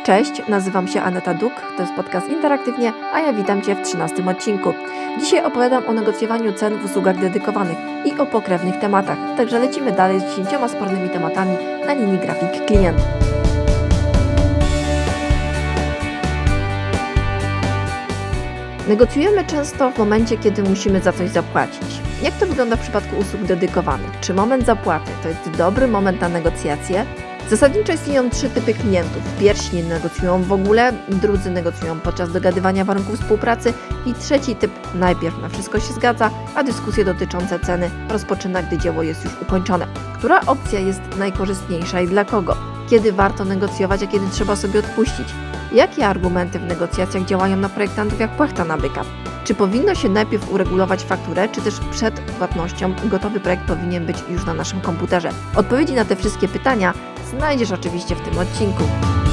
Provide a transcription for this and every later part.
Cześć, nazywam się Aneta Duk, to jest podcast Interaktywnie, a ja witam Cię w 13 odcinku. Dzisiaj opowiadam o negocjowaniu cen w usługach dedykowanych i o pokrewnych tematach, także lecimy dalej z 10 spornymi tematami na linii grafik klient. Negocjujemy często w momencie, kiedy musimy za coś zapłacić. Jak to wygląda w przypadku usług dedykowanych? Czy moment zapłaty to jest dobry moment na negocjacje? Zasadniczo istnieją 3 typy klientów. Pierwsi nie negocjują w ogóle, drudzy negocjują podczas dogadywania warunków współpracy i trzeci typ najpierw na wszystko się zgadza, a dyskusje dotyczące ceny rozpoczyna, gdy dzieło jest już ukończone. Która opcja jest najkorzystniejsza i dla kogo? Kiedy warto negocjować, a kiedy trzeba sobie odpuścić? Jakie argumenty w negocjacjach działają na projektantów jak płachta na byka? Czy powinno się najpierw uregulować fakturę, czy też przed płatnością gotowy projekt powinien być już na naszym komputerze? Odpowiedzi na te wszystkie pytania znajdziesz oczywiście w tym odcinku.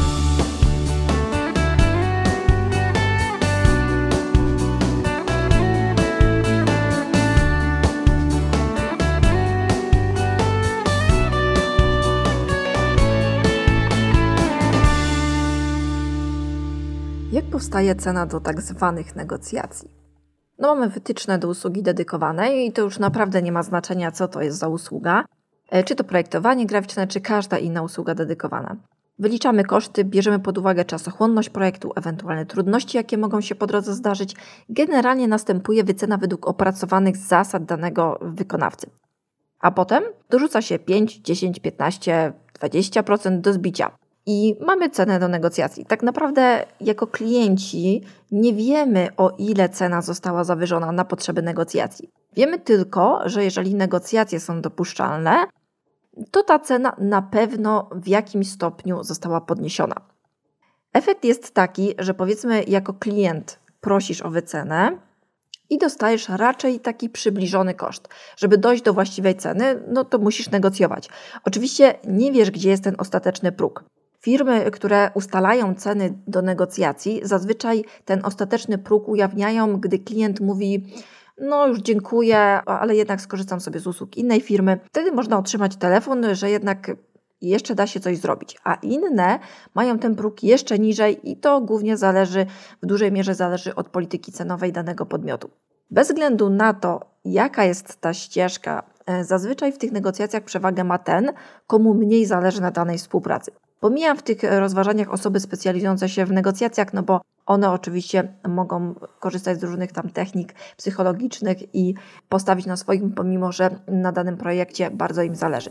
Jak powstaje cena do tak zwanych negocjacji? Mamy wytyczne do usługi dedykowanej i to już naprawdę nie ma znaczenia, co to jest za usługa. Czy to projektowanie graficzne, czy każda inna usługa dedykowana. Wyliczamy koszty, bierzemy pod uwagę czasochłonność projektu, ewentualne trudności, jakie mogą się po drodze zdarzyć. Generalnie następuje wycena według opracowanych zasad danego wykonawcy. A potem dorzuca się 5, 10, 15, 20% do zbicia. I mamy cenę do negocjacji. Tak naprawdę jako klienci nie wiemy, o ile cena została zawyżona na potrzeby negocjacji. Wiemy tylko, że jeżeli negocjacje są dopuszczalne, to ta cena na pewno w jakimś stopniu została podniesiona. Efekt jest taki, że powiedzmy jako klient prosisz o wycenę i dostajesz raczej taki przybliżony koszt. Żeby dojść do właściwej ceny, to musisz negocjować. Oczywiście nie wiesz, gdzie jest ten ostateczny próg. Firmy, które ustalają ceny do negocjacji, zazwyczaj ten ostateczny próg ujawniają, gdy klient mówi: już dziękuję, ale jednak skorzystam sobie z usług innej firmy. Wtedy można otrzymać telefon, że jednak jeszcze da się coś zrobić. A inne mają ten próg jeszcze niżej i to głównie w dużej mierze zależy od polityki cenowej danego podmiotu. Bez względu na to, jaka jest ta ścieżka, zazwyczaj w tych negocjacjach przewagę ma ten, komu mniej zależy na danej współpracy. Pomijam w tych rozważaniach osoby specjalizujące się w negocjacjach, bo one oczywiście mogą korzystać z różnych tam technik psychologicznych i postawić na swoim, pomimo że na danym projekcie bardzo im zależy.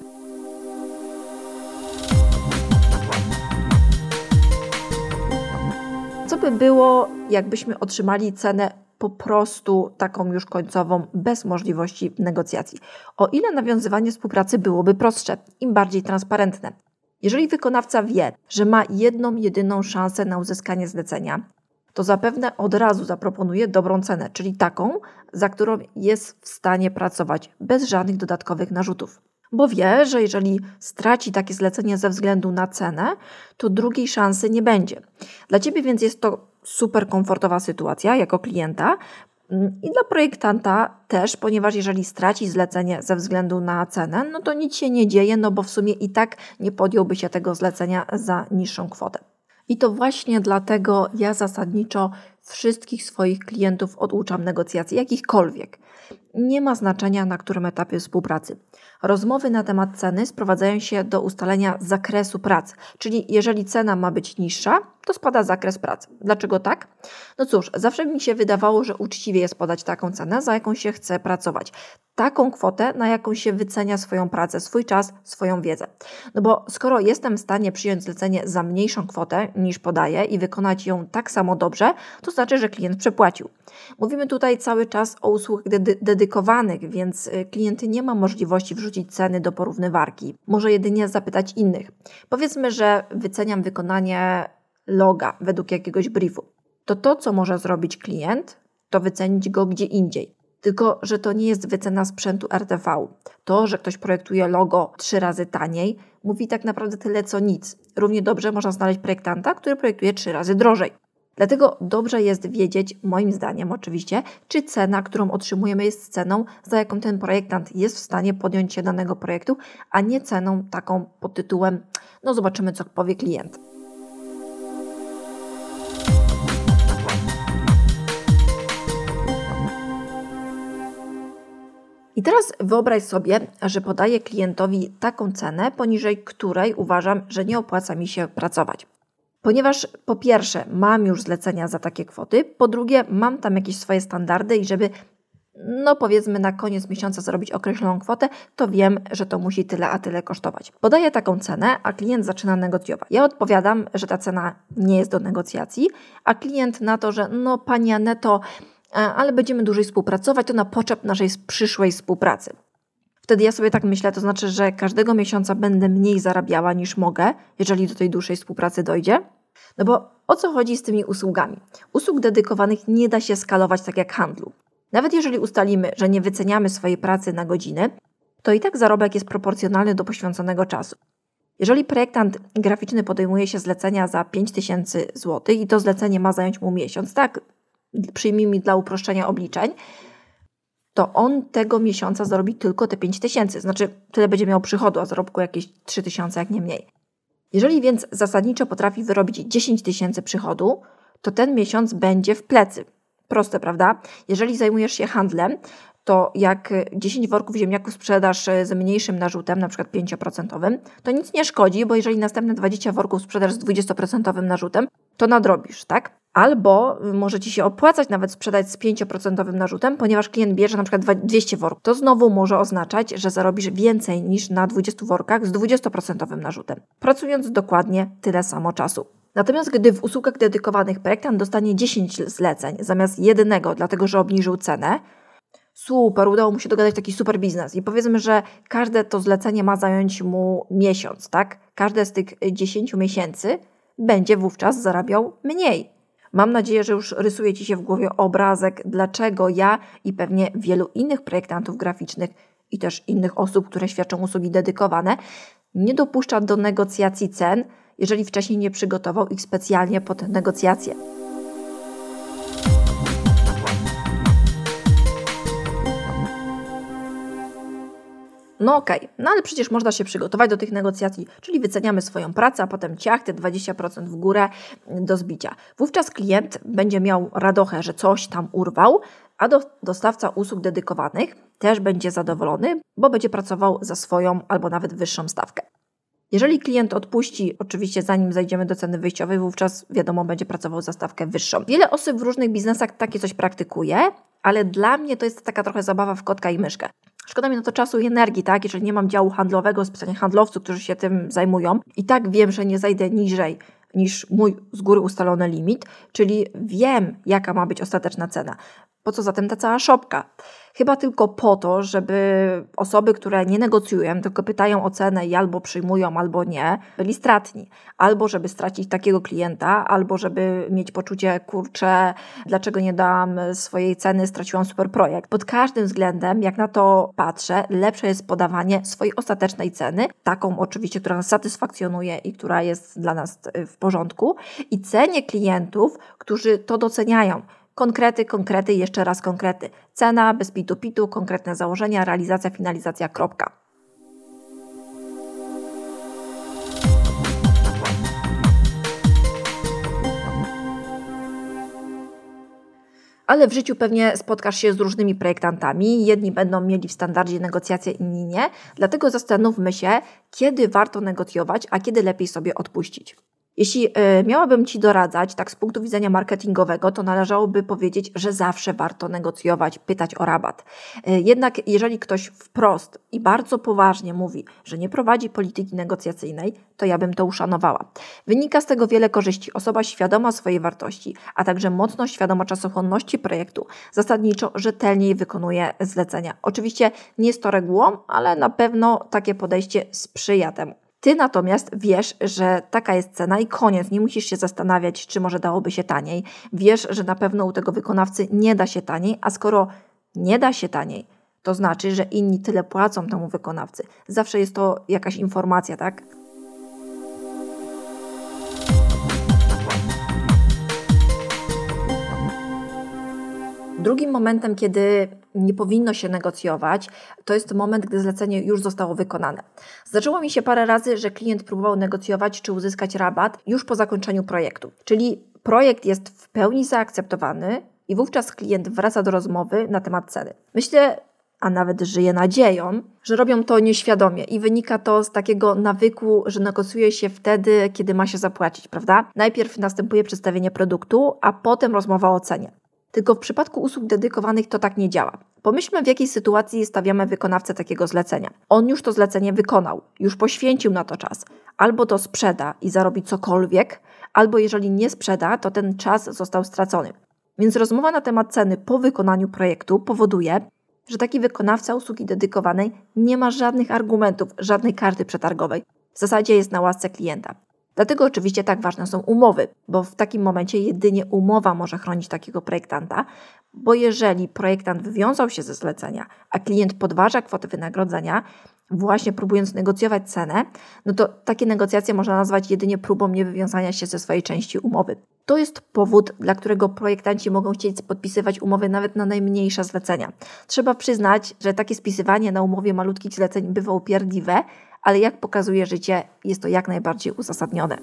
Co by było, jakbyśmy otrzymali cenę po prostu taką już końcową, bez możliwości negocjacji? O ile nawiązywanie współpracy byłoby prostsze, im bardziej transparentne? Jeżeli wykonawca wie, że ma jedną, jedyną szansę na uzyskanie zlecenia, to zapewne od razu zaproponuje dobrą cenę, czyli taką, za którą jest w stanie pracować bez żadnych dodatkowych narzutów. Bo wie, że jeżeli straci takie zlecenie ze względu na cenę, to drugiej szansy nie będzie. Dla Ciebie więc jest to super komfortowa sytuacja jako klienta i dla projektanta też, ponieważ jeżeli straci zlecenie ze względu na cenę, to nic się nie dzieje, bo w sumie i tak nie podjąłby się tego zlecenia za niższą kwotę. I to właśnie dlatego ja zasadniczo wszystkich swoich klientów oduczam negocjacji, jakichkolwiek. Nie ma znaczenia, na którym etapie współpracy. Rozmowy na temat ceny sprowadzają się do ustalenia zakresu pracy, czyli jeżeli cena ma być niższa, to spada zakres pracy. Dlaczego tak? Cóż, zawsze mi się wydawało, że uczciwie jest podać taką cenę, za jaką się chce pracować. Taką kwotę, na jaką się wycenia swoją pracę, swój czas, swoją wiedzę. Bo skoro jestem w stanie przyjąć zlecenie za mniejszą kwotę niż podaję i wykonać ją tak samo dobrze, to znaczy, że klient przepłacił. Mówimy tutaj cały czas o usługach dedykowanych, więc klient nie ma możliwości wrzucić ceny do porównywarki. Może jedynie zapytać innych. Powiedzmy, że wyceniam wykonanie loga według jakiegoś briefu. To, co może zrobić klient, to wycenić go gdzie indziej. Tylko że to nie jest wycena sprzętu RTV. To, że ktoś projektuje logo 3 razy taniej, mówi tak naprawdę tyle co nic. Równie dobrze można znaleźć projektanta, który projektuje 3 razy drożej. Dlatego dobrze jest wiedzieć, moim zdaniem oczywiście, czy cena, którą otrzymujemy, jest ceną, za jaką ten projektant jest w stanie podjąć się danego projektu, a nie ceną taką pod tytułem zobaczymy, co powie klient. I teraz wyobraź sobie, że podaję klientowi taką cenę, poniżej której uważam, że nie opłaca mi się pracować. Ponieważ po pierwsze mam już zlecenia za takie kwoty, po drugie mam tam jakieś swoje standardy i żeby powiedzmy na koniec miesiąca zarobić określoną kwotę, to wiem, że to musi tyle a tyle kosztować. Podaję taką cenę, a klient zaczyna negocjować. Ja odpowiadam, że ta cena nie jest do negocjacji, a klient na to, że pani Aneto, ale będziemy dłużej współpracować, to na poczep naszej przyszłej współpracy. Wtedy ja sobie tak myślę, to znaczy, że każdego miesiąca będę mniej zarabiała niż mogę, jeżeli do tej dłuższej współpracy dojdzie. No bo o co chodzi z tymi usługami? Usług dedykowanych nie da się skalować tak jak handlu. Nawet jeżeli ustalimy, że nie wyceniamy swojej pracy na godziny, to i tak zarobek jest proporcjonalny do poświęconego czasu. Jeżeli projektant graficzny podejmuje się zlecenia za 5000 zł i to zlecenie ma zająć mu miesiąc, tak, przyjmijmy dla uproszczenia obliczeń, to on tego miesiąca zarobi tylko te 5000, znaczy tyle będzie miał przychodu, a zarobku jakieś 3000 jak nie mniej. Jeżeli więc zasadniczo potrafi wyrobić 10 000 przychodu, to ten miesiąc będzie w plecy. Proste, prawda? Jeżeli zajmujesz się handlem, to jak 10 worków ziemniaków sprzedasz z mniejszym narzutem, na przykład 5%, to nic nie szkodzi, bo jeżeli następne 20 worków sprzedasz z 20% narzutem, to nadrobisz, tak? Albo może Ci się opłacać nawet sprzedać z 5% narzutem, ponieważ klient bierze na przykład 200 worków. To znowu może oznaczać, że zarobisz więcej niż na 20 workach z 20% narzutem, pracując dokładnie tyle samo czasu. Natomiast gdy w usługach dedykowanych projektant dostanie 10 zleceń zamiast jednego, dlatego że obniżył cenę, super, udało mu się dogadać taki super biznes i powiedzmy, że każde to zlecenie ma zająć mu miesiąc, tak? Każde z tych 10 miesięcy będzie wówczas zarabiał mniej. Mam nadzieję, że już rysuje Ci się w głowie obrazek, dlaczego ja i pewnie wielu innych projektantów graficznych i też innych osób, które świadczą usługi dedykowane, nie dopuszcza do negocjacji cen, jeżeli wcześniej nie przygotował ich specjalnie pod negocjacje. Okej, ale przecież można się przygotować do tych negocjacji, czyli wyceniamy swoją pracę, a potem ciach, te 20% w górę do zbicia. Wówczas klient będzie miał radochę, że coś tam urwał, a dostawca usług dedykowanych też będzie zadowolony, bo będzie pracował za swoją albo nawet wyższą stawkę. Jeżeli klient odpuści, oczywiście zanim zajdziemy do ceny wyjściowej, wówczas wiadomo, będzie pracował za stawkę wyższą. Wiele osób w różnych biznesach takie coś praktykuje, ale dla mnie to jest taka trochę zabawa w kotka i myszkę. Szkoda mi na to czasu i energii, tak? Jeżeli nie mam działu handlowego, specjalnie handlowców, którzy się tym zajmują i tak wiem, że nie zajdę niżej niż mój z góry ustalony limit, czyli wiem, jaka ma być ostateczna cena. Po co zatem ta cała szopka? Chyba tylko po to, żeby osoby, które nie negocjują, tylko pytają o cenę i albo przyjmują, albo nie, byli stratni. Albo żeby stracić takiego klienta, albo żeby mieć poczucie, kurczę, dlaczego nie dałam swojej ceny, straciłam super projekt. Pod każdym względem, jak na to patrzę, lepsze jest podawanie swojej ostatecznej ceny, taką oczywiście, która nas satysfakcjonuje i która jest dla nas w porządku i cenię klientów, którzy to doceniają. Konkrety, jeszcze raz konkrety. Cena, bez pitu-pitu, konkretne założenia, realizacja, finalizacja, kropka. Ale w życiu pewnie spotkasz się z różnymi projektantami. Jedni będą mieli w standardzie negocjacje, inni nie. Dlatego zastanówmy się, kiedy warto negocjować, a kiedy lepiej sobie odpuścić. Jeśli miałabym Ci doradzać, tak z punktu widzenia marketingowego, to należałoby powiedzieć, że zawsze warto negocjować, pytać o rabat. Jednak jeżeli ktoś wprost i bardzo poważnie mówi, że nie prowadzi polityki negocjacyjnej, to ja bym to uszanowała. Wynika z tego wiele korzyści. Osoba świadoma swojej wartości, a także mocno świadoma czasochłonności projektu, zasadniczo rzetelniej wykonuje zlecenia. Oczywiście nie jest to regułą, ale na pewno takie podejście sprzyja temu. Ty natomiast wiesz, że taka jest cena i koniec, nie musisz się zastanawiać, czy może dałoby się taniej. Wiesz, że na pewno u tego wykonawcy nie da się taniej, a skoro nie da się taniej, to znaczy, że inni tyle płacą temu wykonawcy. Zawsze jest to jakaś informacja, tak? Drugim momentem, kiedy nie powinno się negocjować, to jest moment, gdy zlecenie już zostało wykonane. Zdarzyło mi się parę razy, że klient próbował negocjować czy uzyskać rabat już po zakończeniu projektu. Czyli projekt jest w pełni zaakceptowany i wówczas klient wraca do rozmowy na temat ceny. Myślę, a nawet żyje nadzieją, że robią to nieświadomie i wynika to z takiego nawyku, że negocjuje się wtedy, kiedy ma się zapłacić, prawda? Najpierw następuje przedstawienie produktu, a potem rozmowa o cenie. Tylko w przypadku usług dedykowanych to tak nie działa. Pomyślmy, w jakiej sytuacji stawiamy wykonawcę takiego zlecenia. On już to zlecenie wykonał, już poświęcił na to czas. Albo to sprzeda i zarobi cokolwiek, albo jeżeli nie sprzeda, to ten czas został stracony. Więc rozmowa na temat ceny po wykonaniu projektu powoduje, że taki wykonawca usługi dedykowanej nie ma żadnych argumentów, żadnej karty przetargowej. W zasadzie jest na łasce klienta. Dlatego oczywiście tak ważne są umowy, bo w takim momencie jedynie umowa może chronić takiego projektanta, bo jeżeli projektant wywiązał się ze zlecenia, a klient podważa kwotę wynagrodzenia, właśnie próbując negocjować cenę, no to takie negocjacje można nazwać jedynie próbą niewywiązania się ze swojej części umowy. To jest powód, dla którego projektanci mogą chcieć podpisywać umowy nawet na najmniejsze zlecenia. Trzeba przyznać, że takie spisywanie na umowie malutkich zleceń bywa upierdliwe, ale jak pokazuje życie, jest to jak najbardziej uzasadnione.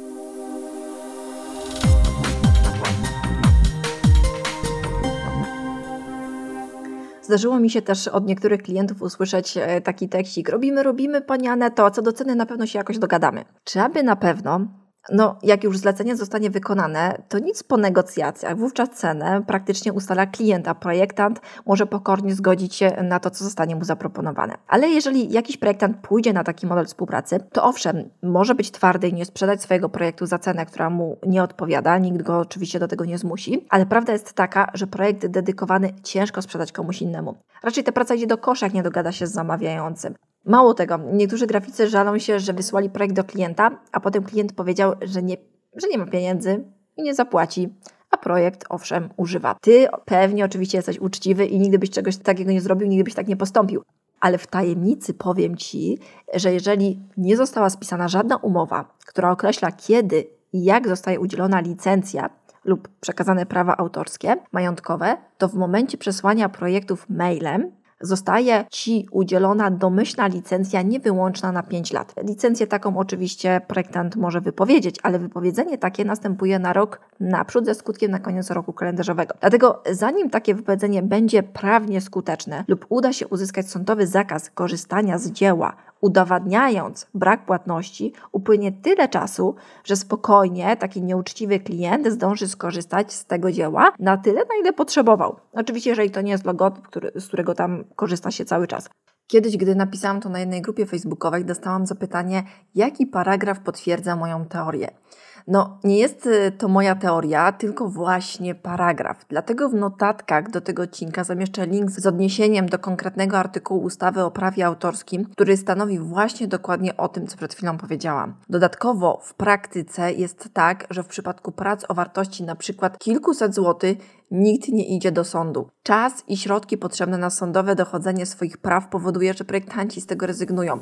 Zdarzyło mi się też od niektórych klientów usłyszeć taki tekstik: robimy, pani Aneto, a co do ceny na pewno się jakoś dogadamy. Czy aby na pewno? No, jak już zlecenie zostanie wykonane, to nic po negocjacjach. Wówczas cenę praktycznie ustala klient, a projektant może pokornie zgodzić się na to, co zostanie mu zaproponowane. Ale jeżeli jakiś projektant pójdzie na taki model współpracy, to owszem, może być twardy i nie sprzedać swojego projektu za cenę, która mu nie odpowiada. Nikt go oczywiście do tego nie zmusi. Ale prawda jest taka, że projekt dedykowany ciężko sprzedać komuś innemu. Raczej ta praca idzie do kosza, jak nie dogada się z zamawiającym. Mało tego, niektórzy graficy żalą się, że wysłali projekt do klienta, a potem klient powiedział, że nie ma pieniędzy i nie zapłaci, a projekt owszem używa. Ty pewnie oczywiście jesteś uczciwy i nigdy byś czegoś takiego nie zrobił, nigdy byś tak nie postąpił. Ale w tajemnicy powiem Ci, że jeżeli nie została spisana żadna umowa, która określa kiedy i jak zostaje udzielona licencja lub przekazane prawa autorskie, majątkowe, to w momencie przesłania projektów mailem zostaje Ci udzielona domyślna licencja niewyłączna na 5 lat. Licencję taką oczywiście projektant może wypowiedzieć, ale wypowiedzenie takie następuje na rok naprzód ze skutkiem na koniec roku kalendarzowego. Dlatego zanim takie wypowiedzenie będzie prawnie skuteczne lub uda się uzyskać sądowy zakaz korzystania z dzieła, udowadniając brak płatności, upłynie tyle czasu, że spokojnie taki nieuczciwy klient zdąży skorzystać z tego dzieła na tyle, na ile potrzebował. Oczywiście, jeżeli to nie jest logotyp, z którego tam korzysta się cały czas. Kiedyś, gdy napisałam to na jednej grupie facebookowej, dostałam zapytanie, jaki paragraf potwierdza moją teorię. No, nie jest to moja teoria, tylko właśnie paragraf. Dlatego w notatkach do tego odcinka zamieszczę link z odniesieniem do konkretnego artykułu ustawy o prawie autorskim, który stanowi właśnie dokładnie o tym, co przed chwilą powiedziałam. Dodatkowo w praktyce jest tak, że w przypadku prac o wartości na przykład kilkuset złotych nikt nie idzie do sądu. Czas i środki potrzebne na sądowe dochodzenie swoich praw powoduje, że projektanci z tego rezygnują.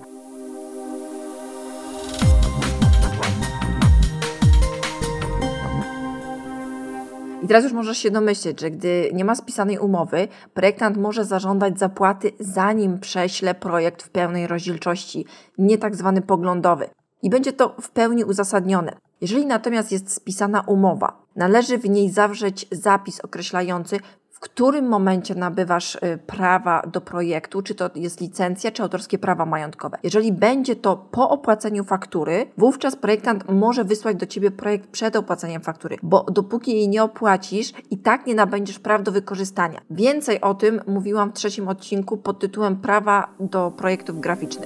I teraz już możesz się domyśleć, że gdy nie ma spisanej umowy, projektant może zażądać zapłaty, zanim prześle projekt w pełnej rozdzielczości, nie tak zwany poglądowy. I będzie to w pełni uzasadnione. Jeżeli natomiast jest spisana umowa, należy w niej zawrzeć zapis określający, w którym momencie nabywasz prawa do projektu, czy to jest licencja, czy autorskie prawa majątkowe. Jeżeli będzie to po opłaceniu faktury, wówczas projektant może wysłać do Ciebie projekt przed opłaceniem faktury, bo dopóki jej nie opłacisz, i tak nie nabędziesz praw do wykorzystania. Więcej o tym mówiłam w 3. odcinku pod tytułem Prawa do projektów graficznych.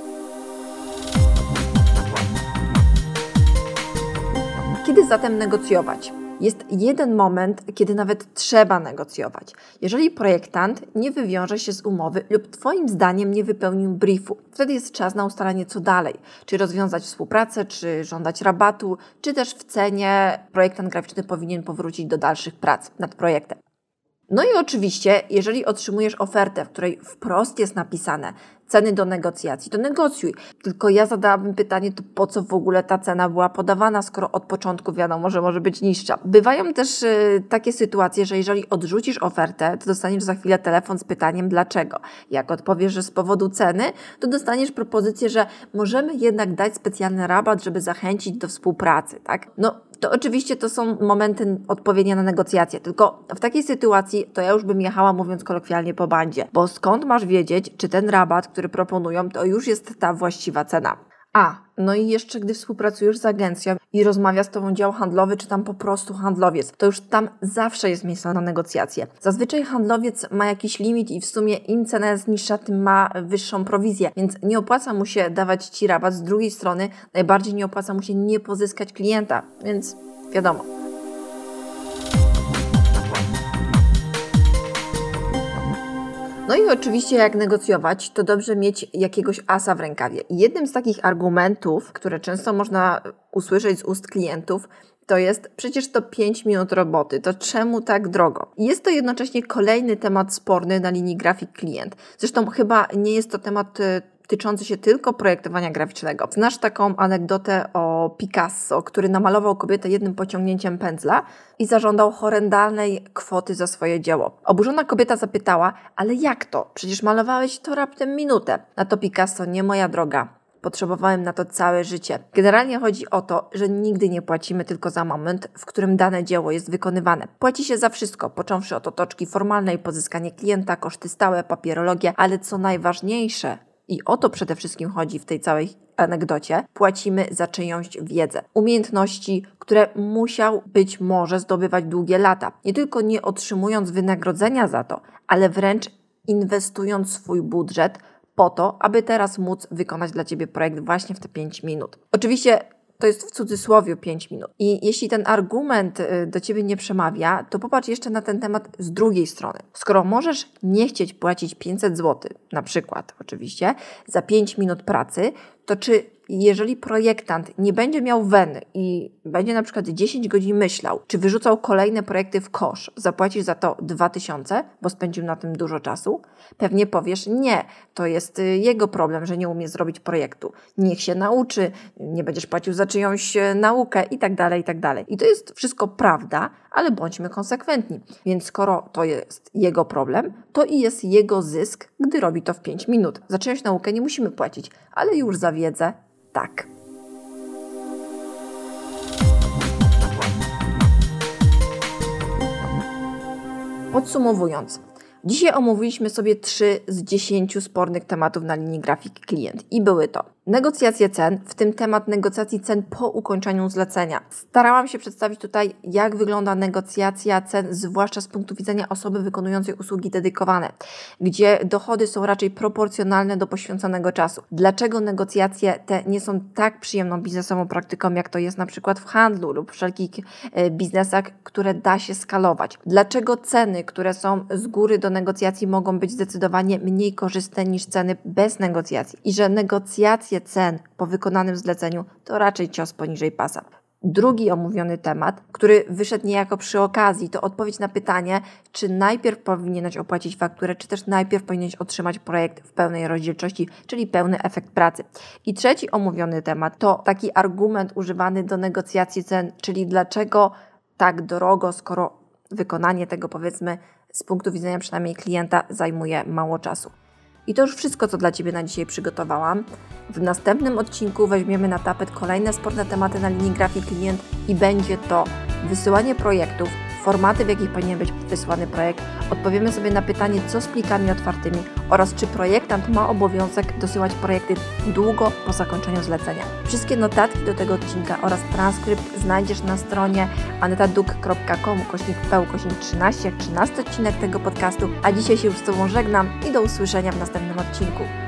Kiedy zatem negocjować? Jest jeden moment, kiedy nawet trzeba negocjować. Jeżeli projektant nie wywiąże się z umowy lub Twoim zdaniem nie wypełnił briefu, wtedy jest czas na ustalenie co dalej. Czy rozwiązać współpracę, czy żądać rabatu, czy też w cenie projektant graficzny powinien powrócić do dalszych prac nad projektem. No i oczywiście, jeżeli otrzymujesz ofertę, w której wprost jest napisane, ceny do negocjacji, to negocjuj. Tylko ja zadałabym pytanie, to po co w ogóle ta cena była podawana, skoro od początku wiadomo, że może być niższa. Bywają też takie sytuacje, że jeżeli odrzucisz ofertę, to dostaniesz za chwilę telefon z pytaniem dlaczego. Jak odpowiesz, że z powodu ceny, to dostaniesz propozycję, że możemy jednak dać specjalny rabat, żeby zachęcić do współpracy, tak? To oczywiście to są momenty odpowiednie na negocjacje, tylko w takiej sytuacji to ja już bym jechała, mówiąc kolokwialnie, po bandzie, bo skąd masz wiedzieć, czy ten rabat, który proponują, to już jest ta właściwa cena. No i jeszcze gdy współpracujesz z agencją i rozmawia z Tobą dział handlowy, czy tam po prostu handlowiec, to już tam zawsze jest miejsce na negocjacje. Zazwyczaj handlowiec ma jakiś limit i w sumie im cena jest niższa, tym ma wyższą prowizję, więc nie opłaca mu się dawać Ci rabat. Z drugiej strony najbardziej nie opłaca mu się nie pozyskać klienta, więc wiadomo. No i oczywiście jak negocjować, to dobrze mieć jakiegoś asa w rękawie. I jednym z takich argumentów, które często można usłyszeć z ust klientów, to jest przecież to 5 minut roboty, to czemu tak drogo? I jest to jednocześnie kolejny temat sporny na linii grafik-klient. Zresztą chyba nie jest to temat tyczący się tylko projektowania graficznego. Znasz taką anegdotę o Picasso, który namalował kobietę jednym pociągnięciem pędzla i zażądał horrendalnej kwoty za swoje dzieło. Oburzona kobieta zapytała, ale jak to? Przecież malowałeś to raptem minutę. Na to Picasso, nie moja droga. Potrzebowałem na to całe życie. Generalnie chodzi o to, że nigdy nie płacimy tylko za moment, w którym dane dzieło jest wykonywane. Płaci się za wszystko, począwszy od otoczki formalnej, pozyskanie klienta, koszty stałe, papierologię, ale co najważniejsze, i o to przede wszystkim chodzi w tej całej anegdocie, płacimy za czyjąś wiedzę, umiejętności, które musiał być może zdobywać długie lata. Nie tylko nie otrzymując wynagrodzenia za to, ale wręcz inwestując swój budżet po to, aby teraz móc wykonać dla Ciebie projekt właśnie w te 5 minut. Oczywiście to jest w cudzysłowie 5 minut. I jeśli ten argument do Ciebie nie przemawia, to popatrz jeszcze na ten temat z drugiej strony. Skoro możesz nie chcieć płacić 500 zł, na przykład oczywiście, za 5 minut pracy, to czy jeżeli projektant nie będzie miał weny i będzie na przykład 10 godzin myślał, czy wyrzucał kolejne projekty w kosz, zapłacisz za to 2000, bo spędził na tym dużo czasu? Pewnie powiesz nie, to jest jego problem, że nie umie zrobić projektu. Niech się nauczy, nie będziesz płacił za czyjąś naukę i tak dalej, i tak dalej. I to jest wszystko prawda, ale bądźmy konsekwentni. Więc skoro to jest jego problem, to i jest jego zysk, gdy robi to w 5 minut. Za czyjąś naukę nie musimy płacić, ale już za wiedzę tak. Podsumowując, dzisiaj omówiliśmy sobie 3 z 10 spornych tematów na linii grafik-klient i były to negocjacje cen, w tym temat negocjacji cen po ukończeniu zlecenia. Starałam się przedstawić tutaj, jak wygląda negocjacja cen, zwłaszcza z punktu widzenia osoby wykonującej usługi dedykowane, gdzie dochody są raczej proporcjonalne do poświęconego czasu. Dlaczego negocjacje te nie są tak przyjemną biznesową praktyką, jak to jest na przykład w handlu lub wszelkich biznesach, które da się skalować? Dlaczego ceny, które są z góry do negocjacji, mogą być zdecydowanie mniej korzystne niż ceny bez negocjacji? I że negocjacje cen po wykonanym zleceniu to raczej cios poniżej pasa. Drugi omówiony temat, który wyszedł niejako przy okazji, to odpowiedź na pytanie, czy najpierw powinieneś opłacić fakturę, czy też najpierw powinieneś otrzymać projekt w pełnej rozdzielczości, czyli pełny efekt pracy. I trzeci omówiony temat to taki argument używany do negocjacji cen, czyli dlaczego tak drogo, skoro wykonanie tego, powiedzmy, z punktu widzenia przynajmniej klienta zajmuje mało czasu. I to już wszystko, co dla Ciebie na dzisiaj przygotowałam. W następnym odcinku weźmiemy na tapet kolejne sporne tematy na linii grafik-klient i będzie to wysyłanie projektów, formaty, w jakich powinien być wysłany projekt. Odpowiemy sobie na pytanie, co z plikami otwartymi oraz czy projektant ma obowiązek dosyłać projekty długo po zakończeniu zlecenia. Wszystkie notatki do tego odcinka oraz transkrypt znajdziesz na stronie anetaduk.com/PEU/13, jak 13 odcinek tego podcastu, a dzisiaj się już z Tobą żegnam i do usłyszenia w następnym odcinku.